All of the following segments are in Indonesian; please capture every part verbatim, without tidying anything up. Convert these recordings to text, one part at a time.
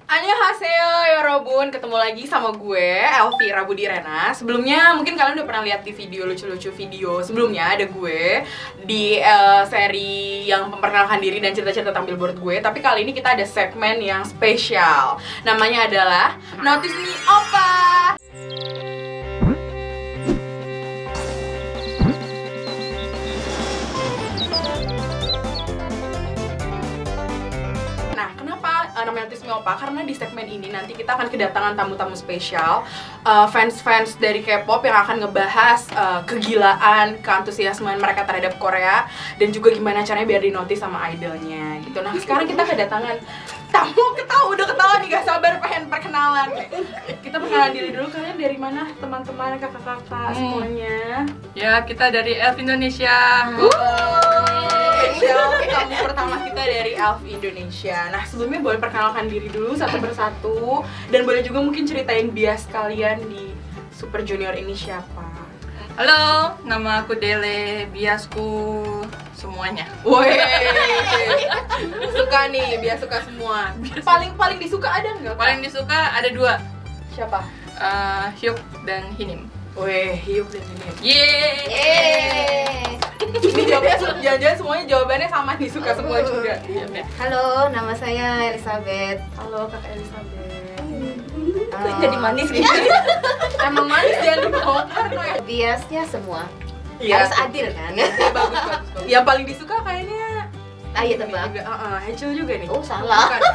Annyeonghaseyo yorobun, ketemu lagi sama gue, Elvira Budirena. Sebelumnya mungkin kalian udah pernah lihat di video lucu-lucu video sebelumnya ada gue di uh, seri yang memperkenalkan diri dan cerita-cerita tentang billboard gue. Tapi kali ini kita ada segmen yang spesial. Namanya adalah Notice Me Oppa. Nah, kenapa uh, namanya Notice Me Oppa? Karena di segmen ini nanti kita akan kedatangan tamu-tamu spesial, uh, fans-fans dari K-pop yang akan ngebahas uh, kegilaan, keantusiasmean mereka terhadap Korea dan juga gimana caranya biar di notice sama idolnya gitu. Nah, sekarang kita kedatangan tamu, ketawa udah ketawa nih, gak sabar pengen perkenalan. Kita perkenalan diri dulu, kalian dari mana teman-teman, kakak-kakak hmm. semuanya? Ya, kita dari Elf Indonesia. Spesial tamu pertama kita dari Elf Indonesia. Nah, sebelumnya boleh perkenalkan diri dulu satu persatu dan boleh juga mungkin ceritain bias kalian di Super Junior ini siapa? Halo, nama aku Dele, biasku semuanya. Woi, suka nih, bias suka semua. Paling paling disuka ada nggak? Paling disuka ada dua, siapa? uh, Hyuk dan Hinim. Weh, Hyuk dan Hinim. Yeay. Ini jawabannya, jangan-jangan semuanya jawabannya sama nih, suka semua juga. Halo, nama saya Elizabeth. Halo Kakak Elizabeth. Uh, Jadi manis gitu. Emang manis, jangan dibongkar no ya. Biasnya semua. Iya. Harus adil kan? Ya, bagus, bagus, bagus. Yang paling disuka kayaknya Ayo ini tebak. juga, uh, uh, Hechul juga nih. Oh, salah. Bukan.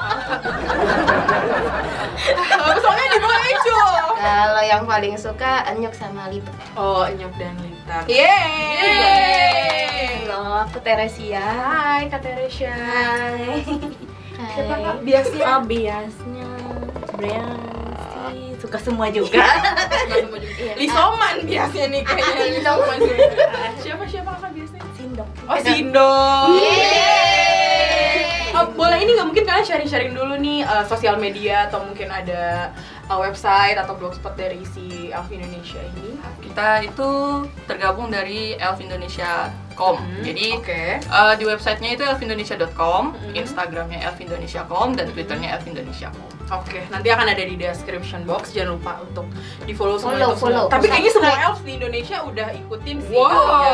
Apa soalnya di bawah Hechul? Kalau yang paling suka Enyok sama Lita. Oh, Enyok dan Lita. Yeay. Halo, aku Teresia. Hai Kak Teresia. Hai. Siapa Kak? Biasnya? Oh, biasnya sebenarnya sih suka semua juga. Suka semua juga. Iya. Lisoman biasanya nih kayaknya. Lisoman juga. Siapa siapa Kak biasanya? Sindok. Oh, Sindok. Yeay. Oh, boleh ini nggak mungkin kalian sharing-sharing dulu nih uh, sosial media atau mungkin ada uh, website atau blogspot dari si Elf Indonesia ini? Kita itu tergabung dari elf indonesia dot com. Hmm, Jadi okay. uh, di websitenya itu elf indonesia dot com, Hmm. Instagramnya elf indonesia dot com, dan Twitternya elf indonesia dot com. Oke, okay, nanti akan ada di description box. Jangan lupa untuk di follow semua Follow, itu follow. semua. Tapi kayaknya semua Subscribe. elf di Indonesia udah ikutin sih. Wow.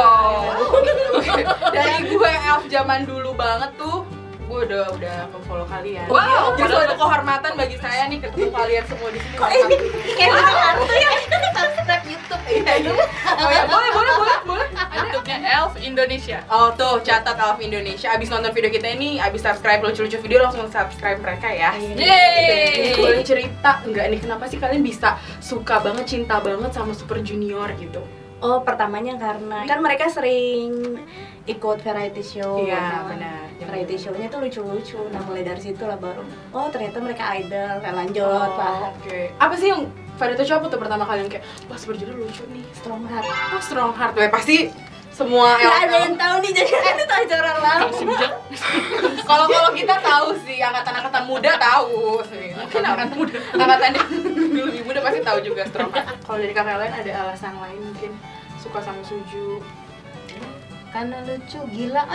Ya. Dari gue elf zaman dulu banget tuh, gue udah udah follow kalian. Wow. Jadi suatu kehormatan bagi saya nih ketemu kalian semua di sini. Kayak hantu ya. Subscribe YouTube. Oh ya, boleh boleh boleh boleh. YouTube-nya Elf Indonesia. Oh tuh, catat Elf Indonesia. Abis nonton video kita ini, abis subscribe lucu-lucu video langsung subscribe mereka ya. Yeay. Boleh cerita nggak nih kenapa sih kalian bisa suka banget, cinta banget sama Super Junior gitu? Oh, pertamanya karena kan mereka sering ikut variety show. Iya, Nah, benar. Variety show-nya tuh lucu-lucu. Nah, mulai dari situ lah baru, oh ternyata mereka idol. Nah, lanjut, Oh, Pak. Oke. Apa sih yang variety show apa tuh pertama kalian kayak, wah Super Junior lucu nih. Strong heart. Oh, Strong Heart. Weh, pasti semua Nggak ada L L. yang tahu nih, jadi kan itu acara lama. Kalau kalau kita tahu sih, angkatan-angkatan muda tahu sih. Mungkin angkatan muda, angkatan yang lebih muda pasti tahu juga Strong Heart. Kalau dari kakak lain ada alasan lain mungkin suka sama Suju? Karena lucu, gila.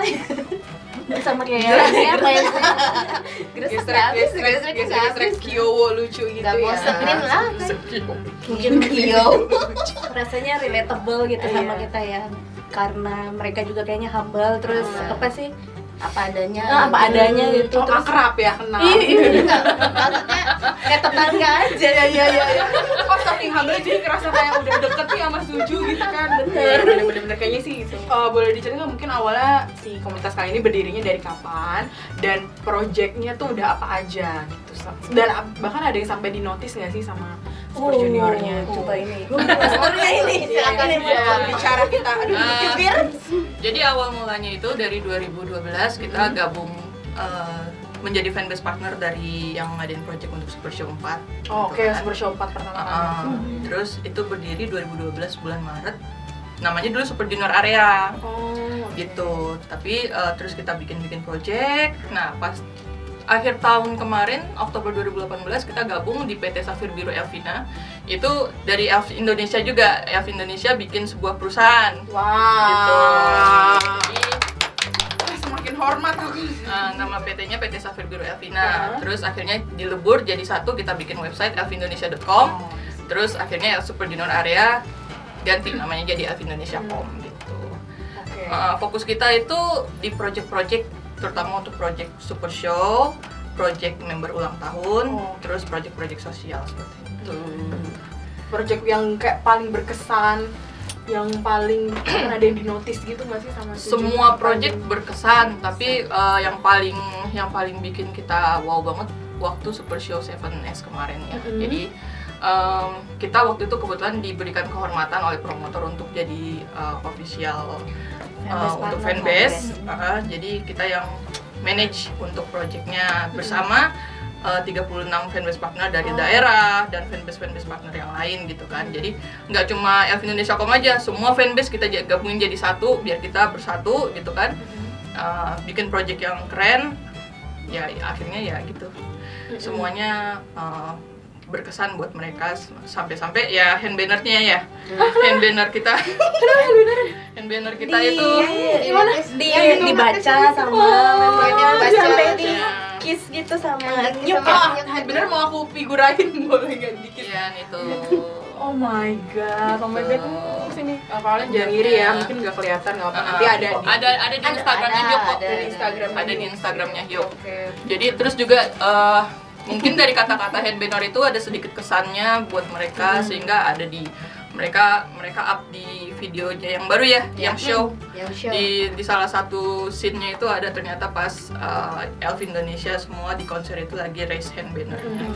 Sama kayak Gila, siapa yang Gresek Gesrek, habis, gesrek, gresek gesrek, gesrek, Kyowo lucu gitu Gak ya. bosenin lah kan. mungkin Kyo. rasanya relatable gitu sama Iya. kita ya. Karena mereka juga kayaknya humble, terus Iya. apa sih? Apa adanya. Nah, apa adanya gitu. Oh, Terus akrab ya, kenal. Maksudnya kayak tetangga aja. Iya, iya, iya, iya. Oh, saking humble jadi kerasa kayak udah deket nih sama Suju gitu kan. Bener, bener, bener, bener. Kayaknya sih gitu. Uh, boleh diceritain nggak mungkin awalnya si komunitas kali ini berdirinya dari kapan dan projectnya tuh udah apa aja gitu. Dan bahkan ada yang sampai di notice nggak sih sama Super Oh, Juniornya? coba ini. Umurnya ini silakan Iya, dimulai. bicara kita. Aduh, Ah. cubir. Jadi awal mulanya itu dari dua ribu dua belas kita gabung uh, menjadi fanbase partner dari yang ngadain project untuk Super Show empat. Oh, gitu oke, kan. Super Show empat pertama kali. Uh, Terus itu berdiri dua ribu dua belas bulan Maret. Namanya dulu Super Junior Area Oh, oke. gitu. Tapi uh, terus kita bikin-bikin project. Nah, pas akhir tahun kemarin, Oktober dua ribu delapan belas, kita gabung di P T Safir Biru Elvina. Itu dari Elf Indonesia juga. Elf Indonesia bikin sebuah perusahaan Wow. gitu. Jadi Semakin hormat aku. Uh, nama P T-nya P T Safir Biru Elvina. Uh-huh. Terus akhirnya dilebur jadi satu, kita bikin website elvindonesia dot com. Oh. Terus akhirnya El Super Junior Area ganti namanya jadi elvindonesia dot com gitu. Okay. Uh, fokus kita itu di project-project, terutama untuk project super show, project member ulang tahun, oh. terus project-project sosial seperti itu. Hmm. Project yang kayak paling berkesan, yang paling ada yang dinotis gitu nggak sih sama semua project berkesan, tapi uh, yang paling yang paling bikin kita wow banget waktu Super Show seven S kemarin ya. Mm-hmm. Jadi um, kita waktu itu kebetulan diberikan kehormatan oleh promotor untuk jadi uh, official uh, untuk fanbase. Uh, jadi kita yang manage untuk projectnya bersama Uh, tiga puluh enam fanbase partner dari oh. daerah dan fanbase-fanbase partner yang lain gitu kan. Jadi nggak cuma elvindonesia dot com aja, semua fanbase kita gabungin jadi satu biar kita bersatu gitu kan. Uh, bikin project yang keren, ya, ya akhirnya ya gitu. Semuanya uh, berkesan buat mereka sampai-sampai ya hand banner-nya ya. Hand banner kita. hand banner kita di, itu gimana? Di, di dibaca sama membernya sampai di kiss gitu sama nyuk. Ah, bener mau aku figurain boleh nggak dikit? Iya itu. Oh my god, oh my god, sini. Oh, kalian jangan iri ya, mungkin nggak kelihatan nggak apa. Nanti ada di, ada ada di Instagramnya Hyuk kok. Ada di Instagram. Ada di Instagramnya Hyuk. Okay. Jadi terus juga uh, mungkin dari kata-kata hand banner itu ada sedikit kesannya buat mereka, hmm. sehingga ada di mereka mereka up di videonya yang baru ya, ya. yang show. Yang show. Di di salah satu scene-nya itu ada ternyata pas uh, Elvindonesia semua di konser itu lagi raise hand banner. Hmm.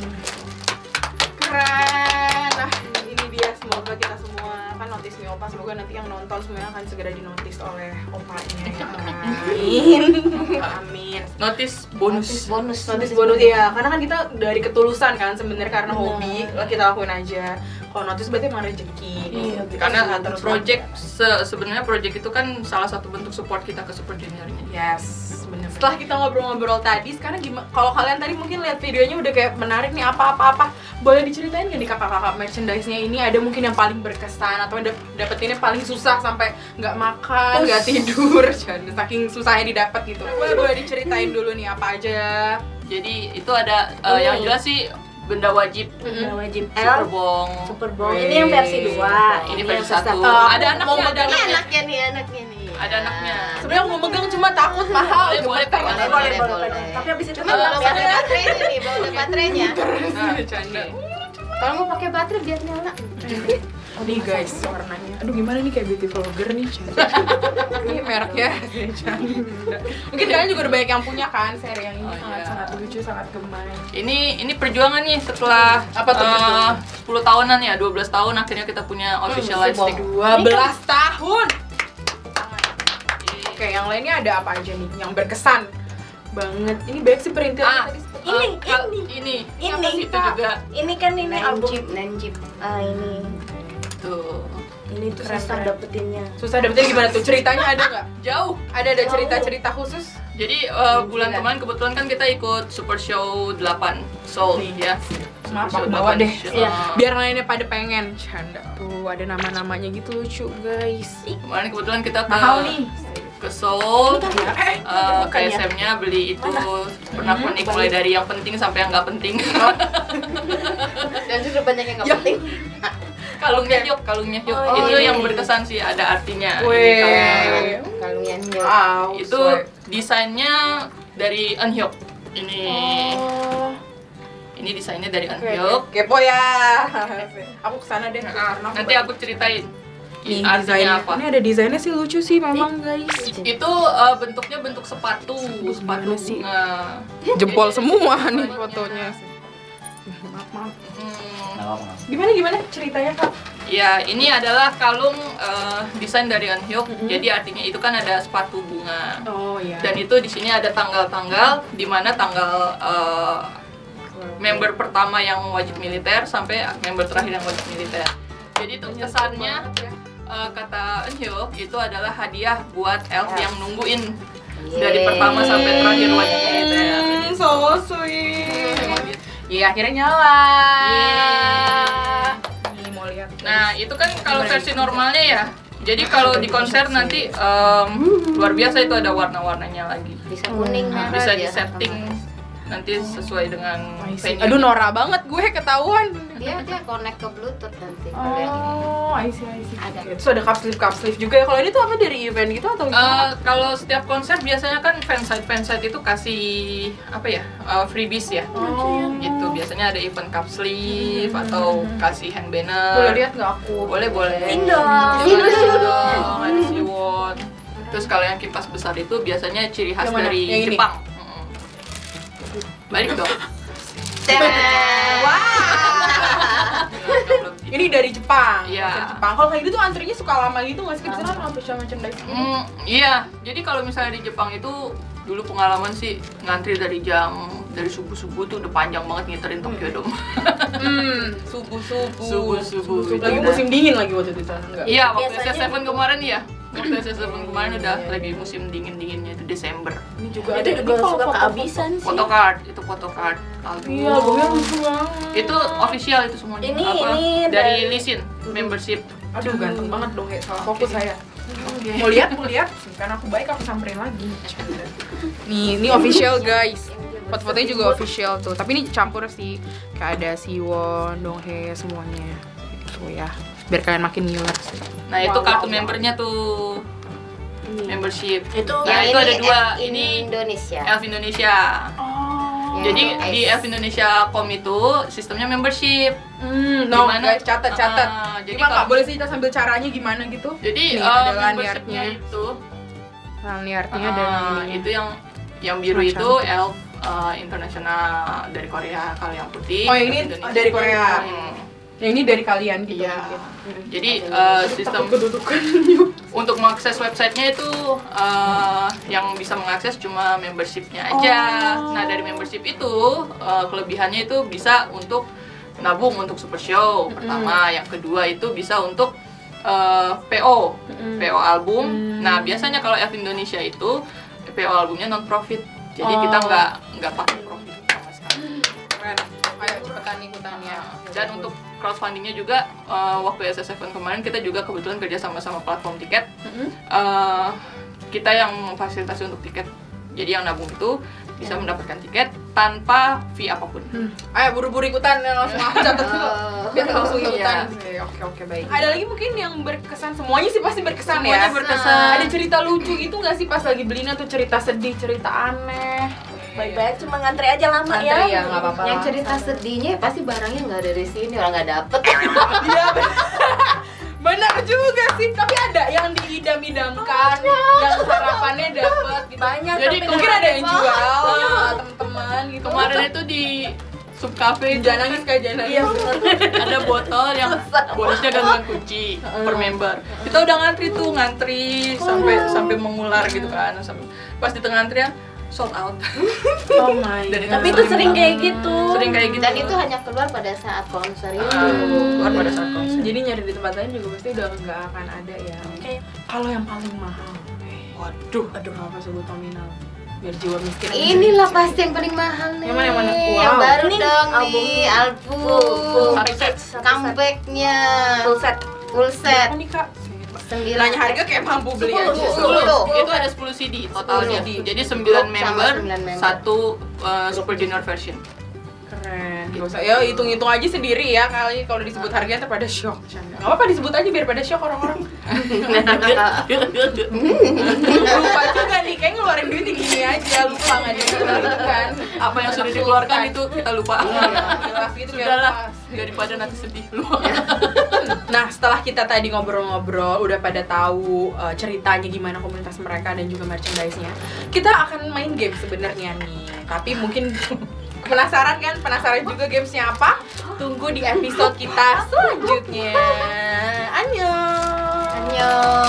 Keren. Nah, ini dia, semoga kita semua kan notice nih Opa, semoga nanti yang nonton semuanya akan segera dinotis oleh opanya. Amin. Amin. Notice bonus. bonus. Notice bonus ya, karena kan kita dari ketulusan kan sebenarnya, karena hobi kita lakuin aja. Kalau notice berarti emang rezeki. Iya, karena project se sebenarnya project itu kan salah satu bentuk support kita ke Super Junior-nya. Yes, benar. Setelah kita ngobrol-ngobrol tadi, sekarang gimana? Kalau kalian tadi mungkin lihat videonya udah kayak menarik nih, apa-apa-apa. Boleh diceritain nggak di kakak-kakak merchandise-nya ini ada mungkin yang paling berkesan atau dapetinnya paling susah sampai nggak makan, nggak tidur, saking susahnya didapat gitu. Boleh boleh diceritain dulu nih apa aja. Jadi itu ada uh, yang jelas sih benda wajib, benda wajib Super Bong. Super Bong. Ini yang versi dua. Ini versi satu. Uh, ada anaknya, ada anaknya. anaknya. anaknya nih, anaknya nih. Ada anaknya. Sebenarnya mau megang cuma takut mahal. Boleh, boleh, boleh, boleh, boleh. Tapi abis itu kan bawa baterainya nih, bawa baterainya. Nah, canda. Kalau mau pakai baterai biar nyala. Oh, nih guys, warnanya. Aduh, gimana nih kayak beauty vlogger nih. Ini mereknya. Mungkin kalian juga udah banyak yang punya kan seri yang ini. Oh, sangat iya. sangat lucu, sangat gemes. Ini ini perjuangan nih setelah apa tuh uh, sepuluh tahunan ya, dua belas tahun akhirnya kita punya official Hmm, lightstick. dua belas tahun. Oke, yang lainnya ada apa aja nih yang berkesan banget? Ini banyak sih perintilan Ah, tadi. uh, Ini, kal- ini. ini, Ini, apa sih itu juga Ini kan ini album. Nanjip, nanjip. Ah, ini. tuh. Ini tuh Keren, susah keren. dapetinnya. Susah dapetnya gimana tuh? Ceritanya ada nggak? Jauh. Ada ada cerita-cerita khusus? Jadi uh, bulan kemarin kebetulan kan kita ikut Super Show delapan Seoul ya. Super Maaf, Show aku bawa delapan. deh. Iya. Biar lainnya pada pengen. Canda. Tuh, ada nama-namanya gitu lucu, guys. Kemarin kebetulan kita ke Mahal nih. ke Seoul. Eh, Uh, bukan K ya? S M-nya beli itu pernak-pernik mulai dari yang penting sampai yang nggak penting. Dan juga banyak yang nggak Ya. penting. Kalungnya Hyuk, kalungnya Hyuk. Oh, itu iya. yang berkesan sih, ada artinya. Ini Weh. kalungnya. Kalungnya Hyuk. Wow, Itu desainnya dari Eunhyuk. Ini Oh. ini desainnya dari Oke, Eunhyuk. kepo ya. Aku kesana deh. Nah, karena nanti aku ceritain Nih, artinya desainnya apa. Ini ada desainnya sih lucu sih memang, guys. Itu uh, bentuknya bentuk sepatu, sepatu Gimana sih? bunga. Jempol semua nih fotonya. Maaf, maaf. Hmm, Gimana gimana ceritanya, Kak? ya, ini adalah kalung uh, desain dari Eunhyuk. Jadi artinya itu kan ada sepatu bunga. Oh iya. Dan itu di sini ada tanggal-tanggal di mana tanggal uh, member pertama yang wajib militer sampai member terakhir yang wajib militer. Jadi itu kesannya uh, kata Eunhyuk itu adalah hadiah buat elf yang nungguin dari pertama sampai terakhir wajib militer. Hmm, so sweet. Iya, akhirnya nyala. Nih mau lihat. Nah, itu kan kalau versi normalnya ya. Jadi kalau di konser nanti um, luar biasa itu ada warna-warnanya lagi. bisa kuning Nah, merah bisa dia. disetting nanti sesuai dengan venue. Aduh norak banget gue ketahuan. Dia dia connect ke Bluetooth nanti kalau yang ini. Oh, I see, I see. Ada. Oke, terus ada cup sleeve cup sleeve juga ya. Kalau ini tuh apa dari event gitu atau Eh, gimana? kalau setiap konser biasanya kan fansite fansite itu kasih apa ya eh, freebies ya. Oh. Gitu biasanya ada event cup sleeve atau kasih hand banner. Boleh lihat nggak aku? Boleh boleh. Sindong. Ada Sindong, ada Siwon. Terus kalau yang kipas besar itu biasanya ciri khas Yang mana? dari Yang ini? Jepang. Mm-mm. Balik dong. Ini dari Jepang. Iya. Dari Jepang. Kalau kayak gitu tuh antrinya suka lama gitu nggak sih? Bisa kan official merchandise. Hmm, iya. Jadi kalau misalnya di Jepang itu dulu pengalaman sih ngantri dari jam dari subuh-subuh tuh udah panjang banget ngiterin Tokyo Dome. Hmm, subuh-subuh. Subuh-subuh. Lagi musim dingin lagi waktu itu enggak? Iya, waktu Biasanya- S S tujuh kemarin ya. Waktu S S tujuh kemarin udah lagi musim dingin-dinginnya itu Desember. Ini juga Itu ada juga kalau suka foto- kehabisan sih. Photocard, itu photocard album. Iya, albumnya lucu banget. Itu official itu semuanya. Ini- Apa? ini dari dari- Lisin membership. Aduh, ganteng banget dong kayak salah fokus saya. Oke. Mau lihat, mau lihat. Kan aku baik aku samperin lagi. Nih, ini official guys. Foto-fotonya juga official tuh. Tapi ini campur sih. Kayak ada Siwon, Donghae semuanya. Gitu ya. Biar kalian makin ngiler sih. Nah, itu Wow, kartu wow, membernya tuh membership. Itu Nah, Yang itu ini ada dua. Elf Ini Indonesia. Elf Indonesia. Oh. Yang Jadi itu di Ice. Elf Indonesia dot com itu sistemnya membership. Hmm, no Gimana? guys, catat, catat. Ah, jadi Gimana nggak kalau- boleh sih kita sambil caranya gimana gitu? Jadi Nih, eh, ada membershipnya lanyardnya. itu Lanyardnya ah, dan ininya. itu yang yang biru Macam. itu Elf eh, internasional dari Korea, kalau yang putih Oh, yang ini Indonesia. dari Korea. Hmm. Yang ini dari kalian gitu. Iya. mungkin. Jadi eh, sistem Takut kedudukan. untuk mengakses websitenya itu eh, yang bisa mengakses cuma membershipnya aja. Oh. Nah, dari membership itu eh, kelebihannya itu bisa untuk nabung untuk super show pertama, yang kedua itu bisa untuk eh, P O, Mm-mm. P O album. Mm. Nah, biasanya kalau F Indonesia itu P O albumnya non profit, jadi Oh. kita nggak nggak pakai profit sama sekali. Keren. Ayo cepetan ikutan ya. Dan untuk crowdfundingnya juga eh, waktu S S tujuh kemarin kita juga kebetulan kerja sama sama platform tiket. Mm-mm. Eh, kita yang memfasilitasi untuk tiket. Jadi yang nabung itu bisa mendapatkan tiket tanpa fee apapun. Hmm. Ayo buru-buru ikutan ya, langsung aku catat dulu. Oh. Biar langsung ikutan. Iya. Oke, oke, baik. Ada lagi mungkin yang berkesan, semuanya sih pasti berkesan Semuanya ya. berkesan. Ada cerita lucu gitu nggak sih pas lagi belinya tuh, cerita sedih, cerita aneh. baik-baik cuma ngantri aja lama Ngantri ya. ya, nggak apa-apa. Yang cerita sedihnya pasti barangnya nggak ada di sini, orang nggak dapet. Iya, benar juga sih. Tapi ada yang diidam-idamkan, yang harapannya dapat gitu. Banyak Jadi tapi Mungkin nggak ada yang apa. jual, teman-teman gitu. Kemarin itu di sub cafe itu jangan nangis kayak jangan nangis. Iya benar. ada botol yang bonusnya gantungan kunci per member. Kita udah ngantri tuh, ngantri sampai sampai mengular gitu kan. Sampai pas di tengah antrian sold out. Oh my Dan god. Tapi itu sering kayak gitu. Sering kayak gitu. Dan itu hanya keluar pada saat konser itu. Ah, keluar pada saat konser. Jadi nyari di tempat lain juga pasti udah nggak akan ada ya. Oke. Kalau yang paling mahal, Waduh, aduh apa sebut nominal? Biar jiwa miskin. aja. Inilah pasti yang paling mahal nih. Yang mana, yang mana? Yang Wow. baru Ini dong album. nih, album. Full Sunset. Comeback-nya. Full set. Full set. Berapa nih kak? Sembilan. Nanya harga kayak mampu beli Sepuluh, aja. sepuluh. sepuluh. Itu ada sepuluh C D totalnya. Sepuluh. Jadi sembilan Sama member, sembilan member. satu uh, super junior version. Keren. Gak usah, ya hitung-hitung aja sendiri ya, kali kalau disebut harganya terpada shock. Gak apa-apa disebut aja biar pada shock orang-orang. Lupa juga nih, kayak ngeluarin duit gini aja, lupa nggak ada gitu kan. Apa yang sudah dikeluarkan itu kita lupa. Hilaf gitu biar Sudahlah, pas. daripada nanti sedih lupa. Nah, setelah kita tadi ngobrol-ngobrol, udah pada tahu uh, ceritanya gimana komunitas mereka dan juga merchandise-nya, kita akan main game sebenarnya nih. Tapi mungkin penasaran kan? Penasaran juga gamesnya apa? Tunggu di episode kita selanjutnya. Annyeong. Annyeong.